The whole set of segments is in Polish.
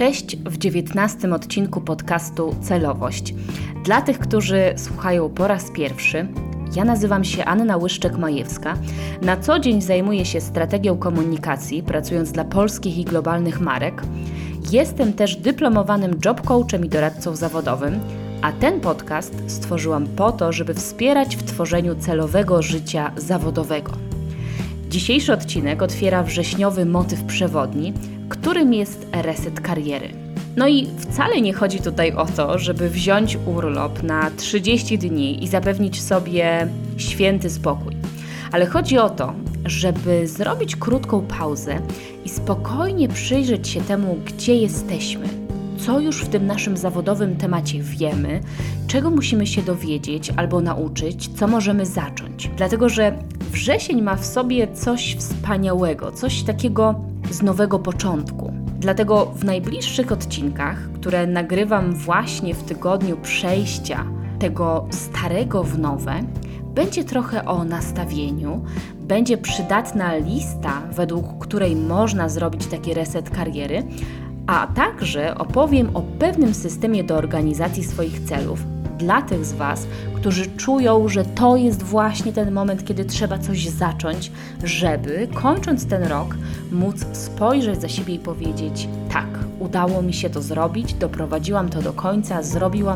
Cześć w 19 odcinku podcastu Celowość. Dla tych, którzy słuchają po raz pierwszy, ja nazywam się Anna Łyszczek-Majewska. Na co dzień zajmuję się strategią komunikacji, pracując dla polskich i globalnych marek. Jestem też dyplomowanym job coachem i doradcą zawodowym, a ten podcast stworzyłam po to, żeby wspierać w tworzeniu celowego życia zawodowego. Dzisiejszy odcinek otwiera wrześniowy motyw przewodni, którym jest reset kariery. No i wcale nie chodzi tutaj o to, żeby wziąć urlop na 30 dni i zapewnić sobie święty spokój. Ale chodzi o to, żeby zrobić krótką pauzę i spokojnie przyjrzeć się temu, gdzie jesteśmy, co już w tym naszym zawodowym temacie wiemy, czego musimy się dowiedzieć albo nauczyć, co możemy zacząć. Dlatego, że wrzesień ma w sobie coś wspaniałego, coś takiego z nowego początku. Dlatego w najbliższych odcinkach, które nagrywam właśnie w tygodniu przejścia tego starego w nowe, będzie trochę o nastawieniu, będzie przydatna lista, według której można zrobić taki reset kariery, a także opowiem o pewnym systemie do organizacji swoich celów dla tych z Was, którzy czują, że to jest właśnie ten moment, kiedy trzeba coś zacząć, żeby kończąc ten rok móc spojrzeć za siebie i powiedzieć: tak, udało mi się to zrobić, doprowadziłam to do końca, zrobiłem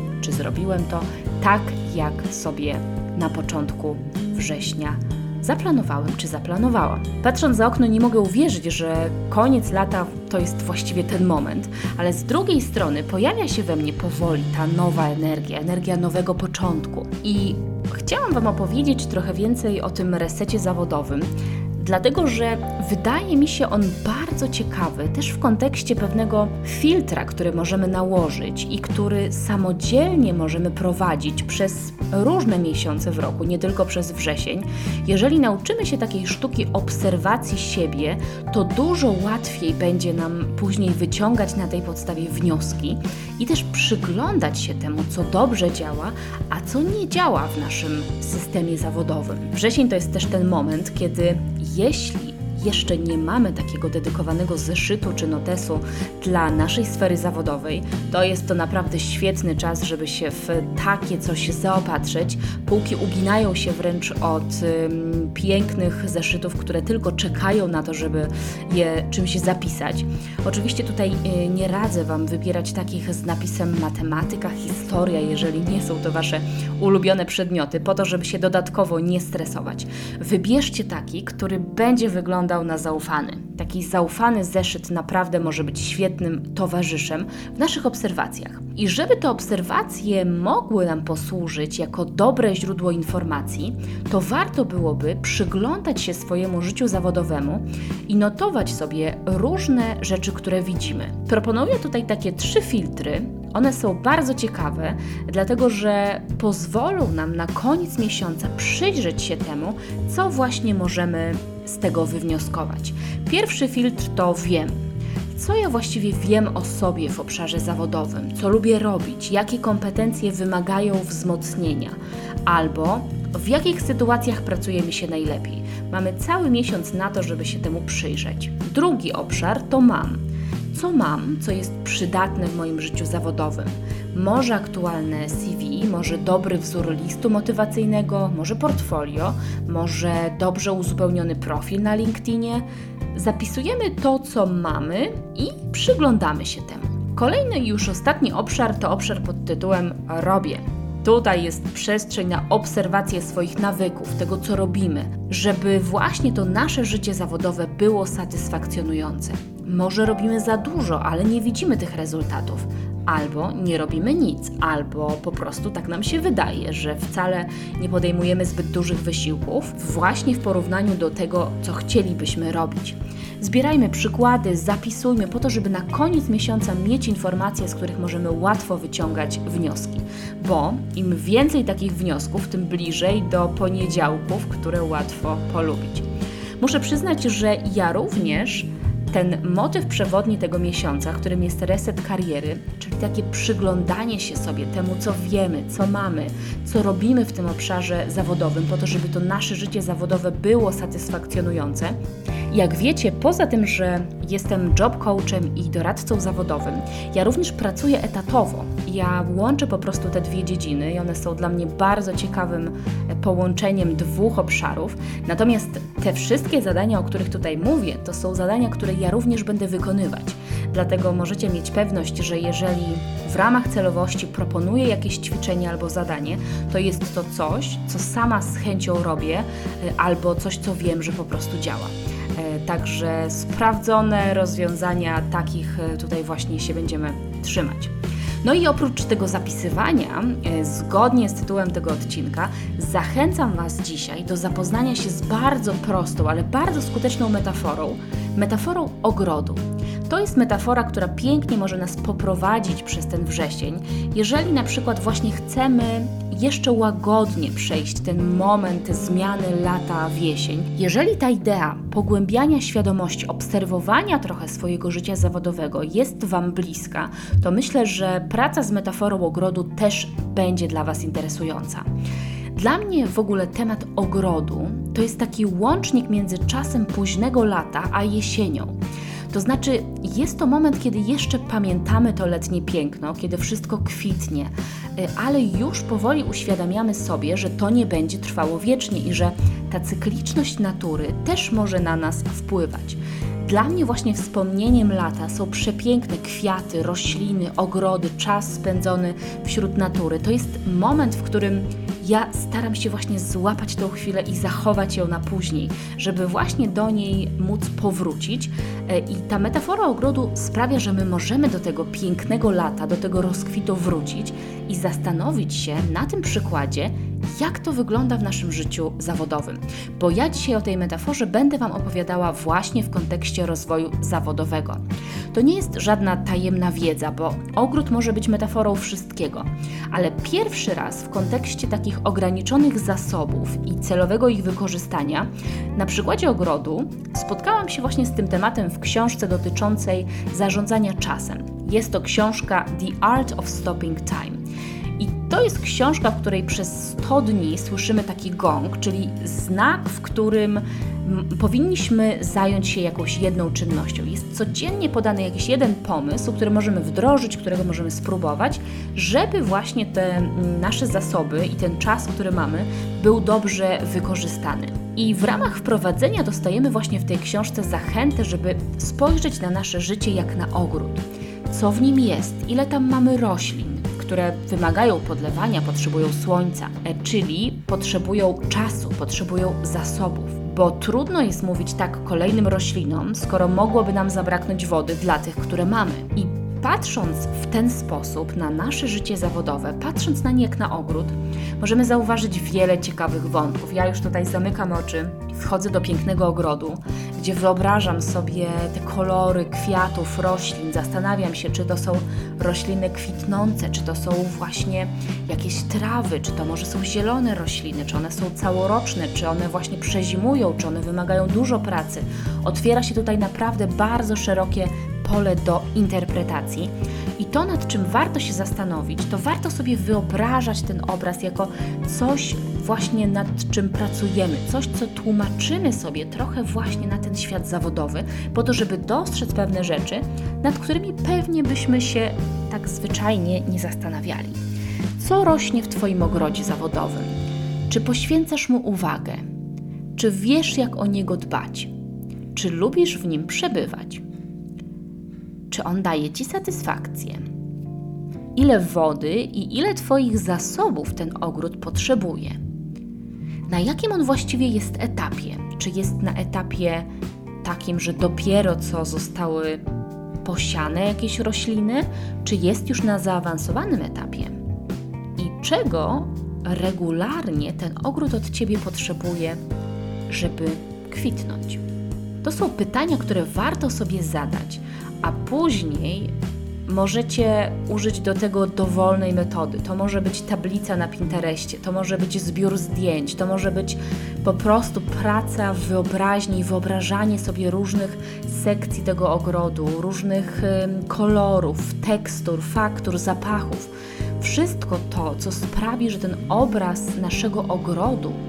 to tak, jak sobie na początku września zaplanowałam. Patrząc za okno nie mogę uwierzyć, że koniec lata to jest właściwie ten moment, ale z drugiej strony pojawia się we mnie powoli ta nowa energia nowego początku. I chciałam Wam opowiedzieć trochę więcej o tym resecie zawodowym, dlatego że wydaje mi się on bardzo ciekawy, też w kontekście pewnego filtra, który możemy nałożyć i który samodzielnie możemy prowadzić przez różne miesiące w roku, nie tylko przez wrzesień. Jeżeli nauczymy się takiej sztuki obserwacji siebie, to dużo łatwiej będzie nam później wyciągać na tej podstawie wnioski i też przyglądać się temu, co dobrze działa, a co nie działa w naszym systemie zawodowym. Wrzesień to jest też ten moment, kiedy jeśli jeszcze nie mamy takiego dedykowanego zeszytu czy notesu dla naszej sfery zawodowej, to jest to naprawdę świetny czas, żeby się w takie coś zaopatrzyć. Półki uginają się wręcz od pięknych zeszytów, które tylko czekają na to, żeby je czymś zapisać. Oczywiście tutaj nie radzę Wam wybierać takich z napisem matematyka, historia, jeżeli nie są to Wasze ulubione przedmioty, po to, żeby się dodatkowo nie stresować. Wybierzcie taki, który będzie wyglądał na zaufany. Taki zaufany zeszyt naprawdę może być świetnym towarzyszem w naszych obserwacjach. I żeby te obserwacje mogły nam posłużyć jako dobre źródło informacji, to warto byłoby przyglądać się swojemu życiu zawodowemu i notować sobie różne rzeczy, które widzimy. Proponuję tutaj takie 3 filtry. One są bardzo ciekawe, dlatego że pozwolą nam na koniec miesiąca przyjrzeć się temu, co właśnie możemy z tego wywnioskować. Pierwszy filtr to wiem. Co ja właściwie wiem o sobie w obszarze zawodowym? Co lubię robić? Jakie kompetencje wymagają wzmocnienia? Albo w jakich sytuacjach pracuje mi się najlepiej? Mamy cały miesiąc na to, żeby się temu przyjrzeć. Drugi obszar to mam. Co mam, co jest przydatne w moim życiu zawodowym? Może aktualne CV, może dobry wzór listu motywacyjnego, może portfolio, może dobrze uzupełniony profil na LinkedInie. Zapisujemy to, co mamy i przyglądamy się temu. Kolejny i już ostatni obszar to obszar pod tytułem robię. Tutaj jest przestrzeń na obserwację swoich nawyków, tego co robimy, żeby właśnie to nasze życie zawodowe było satysfakcjonujące. Może robimy za dużo, ale nie widzimy tych rezultatów. Albo nie robimy nic, albo po prostu tak nam się wydaje, że wcale nie podejmujemy zbyt dużych wysiłków właśnie w porównaniu do tego, co chcielibyśmy robić. Zbierajmy przykłady, zapisujmy po to, żeby na koniec miesiąca mieć informacje, z których możemy łatwo wyciągać wnioski. Bo im więcej takich wniosków, tym bliżej do poniedziałków, które łatwo polubić. Muszę przyznać, że ja również ten motyw przewodni tego miesiąca, którym jest reset kariery, czyli takie przyglądanie się sobie temu, co wiemy, co mamy, co robimy w tym obszarze zawodowym, po to, żeby to nasze życie zawodowe było satysfakcjonujące, Jak wiecie, poza tym, że jestem job coachem i doradcą zawodowym, ja również pracuję etatowo. Ja łączę po prostu te dwie dziedziny i one są dla mnie bardzo ciekawym połączeniem dwóch obszarów. Natomiast te wszystkie zadania, o których tutaj mówię, to są zadania, które ja również będę wykonywać. Dlatego możecie mieć pewność, że jeżeli w ramach celowości proponuję jakieś ćwiczenie albo zadanie, to jest to coś, co sama z chęcią robię, albo coś, co wiem, że po prostu działa. Także sprawdzone rozwiązania, takich tutaj właśnie się będziemy trzymać. No i oprócz tego zapisywania, zgodnie z tytułem tego odcinka, zachęcam Was dzisiaj do zapoznania się z bardzo prostą, ale bardzo skuteczną metaforą ogrodu. To jest metafora, która pięknie może nas poprowadzić przez ten wrzesień, jeżeli na przykład właśnie chcemy jeszcze łagodnie przejść ten moment zmiany lata w jesień. Jeżeli ta idea pogłębiania świadomości, obserwowania trochę swojego życia zawodowego jest Wam bliska, to myślę, że praca z metaforą ogrodu też będzie dla Was interesująca. Dla mnie w ogóle temat ogrodu to jest taki łącznik między czasem późnego lata a jesienią. To znaczy, jest to moment, kiedy jeszcze pamiętamy to letnie piękno, kiedy wszystko kwitnie, ale już powoli uświadamiamy sobie, że to nie będzie trwało wiecznie i że ta cykliczność natury też może na nas wpływać. Dla mnie właśnie wspomnieniem lata są przepiękne kwiaty, rośliny, ogrody, czas spędzony wśród natury. To jest moment, w którym ja staram się właśnie złapać tą chwilę i zachować ją na później, żeby właśnie do niej móc powrócić. I ta metafora ogrodu sprawia, że my możemy do tego pięknego lata, do tego rozkwitu wrócić i zastanowić się na tym przykładzie, jak to wygląda w naszym życiu zawodowym. Bo ja dzisiaj o tej metaforze będę Wam opowiadała właśnie w kontekście rozwoju zawodowego. To nie jest żadna tajemna wiedza, bo ogród może być metaforą wszystkiego, ale pierwszy raz w kontekście takich ograniczonych zasobów i celowego ich wykorzystania, na przykładzie ogrodu, spotkałam się właśnie z tym tematem w książce dotyczącej zarządzania czasem. Jest to książka The Art of Stopping Time. I to jest książka, w której przez 100 dni słyszymy taki gong, czyli znak, w którym powinniśmy zająć się jakąś jedną czynnością. Jest codziennie podany jakiś jeden pomysł, który możemy wdrożyć, którego możemy spróbować, żeby właśnie te nasze zasoby i ten czas, który mamy, był dobrze wykorzystany. I w ramach wprowadzenia dostajemy właśnie w tej książce zachętę, żeby spojrzeć na nasze życie jak na ogród. Co w nim jest? Ile tam mamy roślin, które wymagają podlewania, potrzebują słońca, czyli potrzebują czasu, potrzebują zasobów, bo trudno jest mówić tak kolejnym roślinom, skoro mogłoby nam zabraknąć wody dla tych, które mamy. I patrząc w ten sposób na nasze życie zawodowe, patrząc na nie jak na ogród, możemy zauważyć wiele ciekawych wątków. Ja już tutaj zamykam oczy, wchodzę do pięknego ogrodu, gdzie wyobrażam sobie te kolory kwiatów, roślin, zastanawiam się, czy to są rośliny kwitnące, czy to są właśnie jakieś trawy, czy to może są zielone rośliny, czy one są całoroczne, czy one właśnie przezimują, czy one wymagają dużo pracy. Otwiera się tutaj naprawdę bardzo szerokie pole do interpretacji. I to, nad czym warto się zastanowić, to warto sobie wyobrażać ten obraz jako coś właśnie, nad czym pracujemy, coś, co tłumaczymy sobie trochę właśnie na ten świat zawodowy, po to, żeby dostrzec pewne rzeczy, nad którymi pewnie byśmy się tak zwyczajnie nie zastanawiali. Co rośnie w Twoim ogrodzie zawodowym? Czy poświęcasz mu uwagę? Czy wiesz, jak o niego dbać? Czy lubisz w nim przebywać? Czy on daje Ci satysfakcję? Ile wody i ile Twoich zasobów ten ogród potrzebuje? Na jakim on właściwie jest etapie? Czy jest na etapie takim, że dopiero co zostały posiane jakieś rośliny, czy jest już na zaawansowanym etapie? I czego regularnie ten ogród od Ciebie potrzebuje, żeby kwitnąć? To są pytania, które warto sobie zadać, a później możecie użyć do tego dowolnej metody. To może być tablica na Pinterestie, to może być zbiór zdjęć, to może być po prostu praca w wyobraźni i wyobrażanie sobie różnych sekcji tego ogrodu, różnych kolorów, tekstur, faktur, zapachów. Wszystko to, co sprawi, że ten obraz naszego ogrodu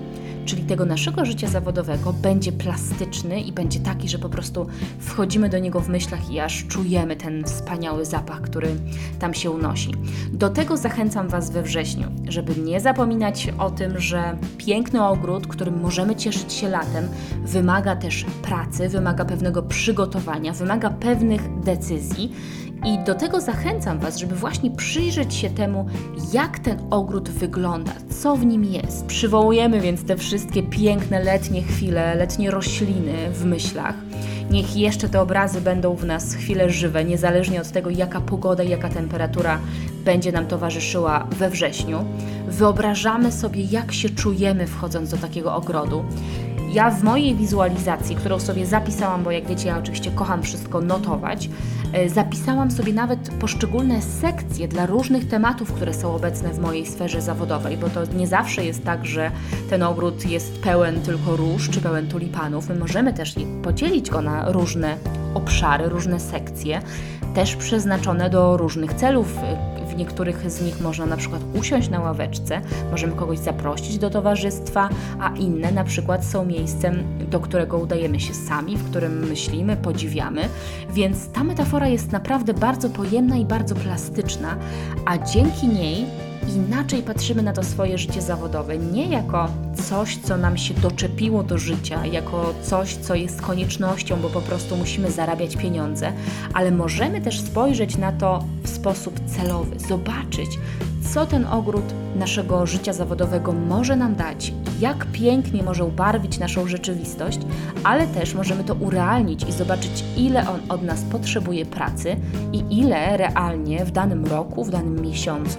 czyli tego naszego życia zawodowego, będzie plastyczny i będzie taki, że po prostu wchodzimy do niego w myślach i aż czujemy ten wspaniały zapach, który tam się unosi. Do tego zachęcam Was we wrześniu, żeby nie zapominać o tym, że piękny ogród, którym możemy cieszyć się latem, wymaga też pracy, wymaga pewnego przygotowania, wymaga pewnych decyzji. I do tego zachęcam Was, żeby właśnie przyjrzeć się temu, jak ten ogród wygląda, co w nim jest. Przywołujemy więc te wszystkie piękne letnie chwile, letnie rośliny w myślach. Niech jeszcze te obrazy będą w nas chwile żywe, niezależnie od tego, jaka pogoda i jaka temperatura będzie nam towarzyszyła we wrześniu. Wyobrażamy sobie, jak się czujemy, wchodząc do takiego ogrodu. Ja w mojej wizualizacji, którą sobie zapisałam, bo jak wiecie, ja oczywiście kocham wszystko notować, zapisałam sobie nawet poszczególne sekcje dla różnych tematów, które są obecne w mojej sferze zawodowej, bo to nie zawsze jest tak, że ten ogród jest pełen tylko róż czy pełen tulipanów. My możemy też podzielić go na różne obszary, różne sekcje, też przeznaczone do różnych celów. W niektórych z nich można na przykład usiąść na ławeczce, możemy kogoś zaprosić do towarzystwa, a inne na przykład są miejscem, do którego udajemy się sami, w którym myślimy, podziwiamy, więc ta metafora jest naprawdę bardzo pojemna i bardzo plastyczna, a dzięki niej inaczej patrzymy na to swoje życie zawodowe, nie jako coś, co nam się doczepiło do życia, jako coś, co jest koniecznością, bo po prostu musimy zarabiać pieniądze, ale możemy też spojrzeć na to w sposób celowy, zobaczyć, co ten ogród naszego życia zawodowego może nam dać, jak pięknie może ubarwić naszą rzeczywistość, ale też możemy to urealnić i zobaczyć, ile on od nas potrzebuje pracy i ile realnie w danym roku, w danym miesiącu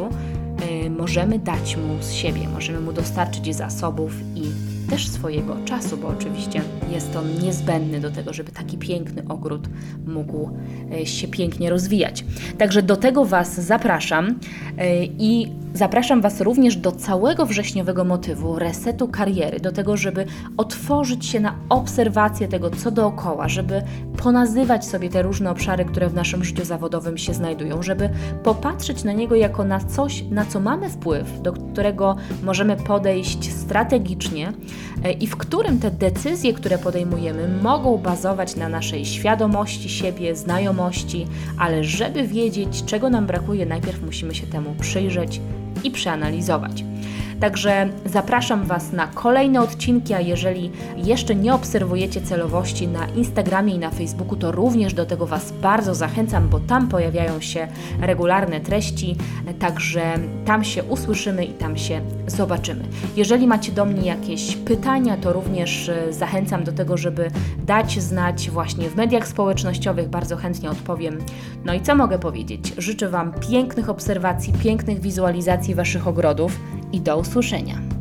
możemy dać mu z siebie, możemy mu dostarczyć zasobów i też swojego czasu, bo oczywiście jest on niezbędny do tego, żeby taki piękny ogród mógł się pięknie rozwijać. Także do tego Was zapraszam i zapraszam Was również do całego wrześniowego motywu resetu kariery, do tego, żeby otworzyć się na obserwację tego, co dookoła, żeby ponazywać sobie te różne obszary, które w naszym życiu zawodowym się znajdują, żeby popatrzeć na niego jako na coś, na co mamy wpływ, do którego możemy podejść strategicznie i w którym te decyzje, które podejmujemy, mogą bazować na naszej świadomości siebie, znajomości, ale żeby wiedzieć, czego nam brakuje, najpierw musimy się temu przyjrzeć i przeanalizować. Także zapraszam Was na kolejne odcinki, a jeżeli jeszcze nie obserwujecie celowości na Instagramie i na Facebooku, to również do tego Was bardzo zachęcam, bo tam pojawiają się regularne treści, także tam się usłyszymy i tam się zobaczymy. Jeżeli macie do mnie jakieś pytania, to również zachęcam do tego, żeby dać znać właśnie w mediach społecznościowych, bardzo chętnie odpowiem. No i co mogę powiedzieć? Życzę Wam pięknych obserwacji, pięknych wizualizacji Waszych ogrodów i do usłyszenia.